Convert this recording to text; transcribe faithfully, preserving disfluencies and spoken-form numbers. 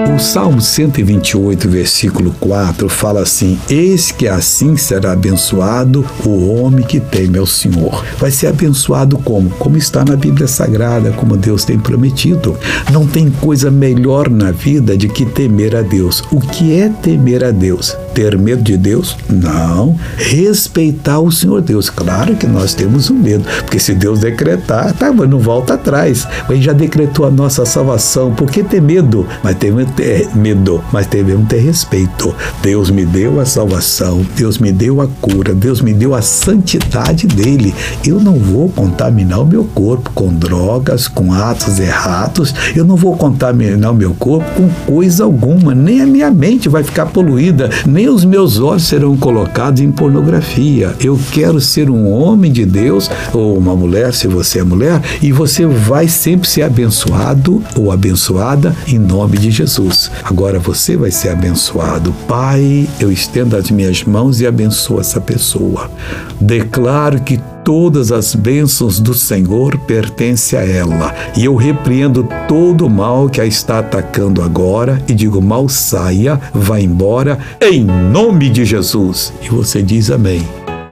O Salmo cento e vinte e oito, versículo quatro, fala assim: eis que assim será abençoado o homem que teme ao Senhor. Vai ser abençoado como? Como está na Bíblia Sagrada, como Deus tem prometido. Não tem coisa melhor na vida de que temer a Deus. O que é temer a Deus? Ter medo de Deus? Não. Respeitar o Senhor Deus. Claro que nós temos um medo, porque se Deus decretar, tá, mas não volta atrás. Ele já decretou a nossa salvação. Por que ter medo? Mas devemos ter medo, mas devemos ter respeito. Deus me deu a salvação, Deus me deu a cura, Deus me deu a santidade dele. Eu não vou contaminar o meu corpo com drogas, com atos errados. Eu não vou contaminar o meu corpo com coisa alguma. Nem a minha mente vai ficar poluída, nem os meus olhos serão colocados em pornografia. Eu quero ser um homem de Deus, ou uma mulher, se você é mulher, e você vai sempre ser abençoado ou abençoada em nome de Jesus. Agora você vai ser abençoado. Pai, eu estendo as minhas mãos e abençoo essa pessoa. Declaro que todas as bênçãos do Senhor pertencem a ela. E eu repreendo todo o mal que a está atacando agora e digo: mal saia, vá embora, em nome de Jesus. E você diz amém.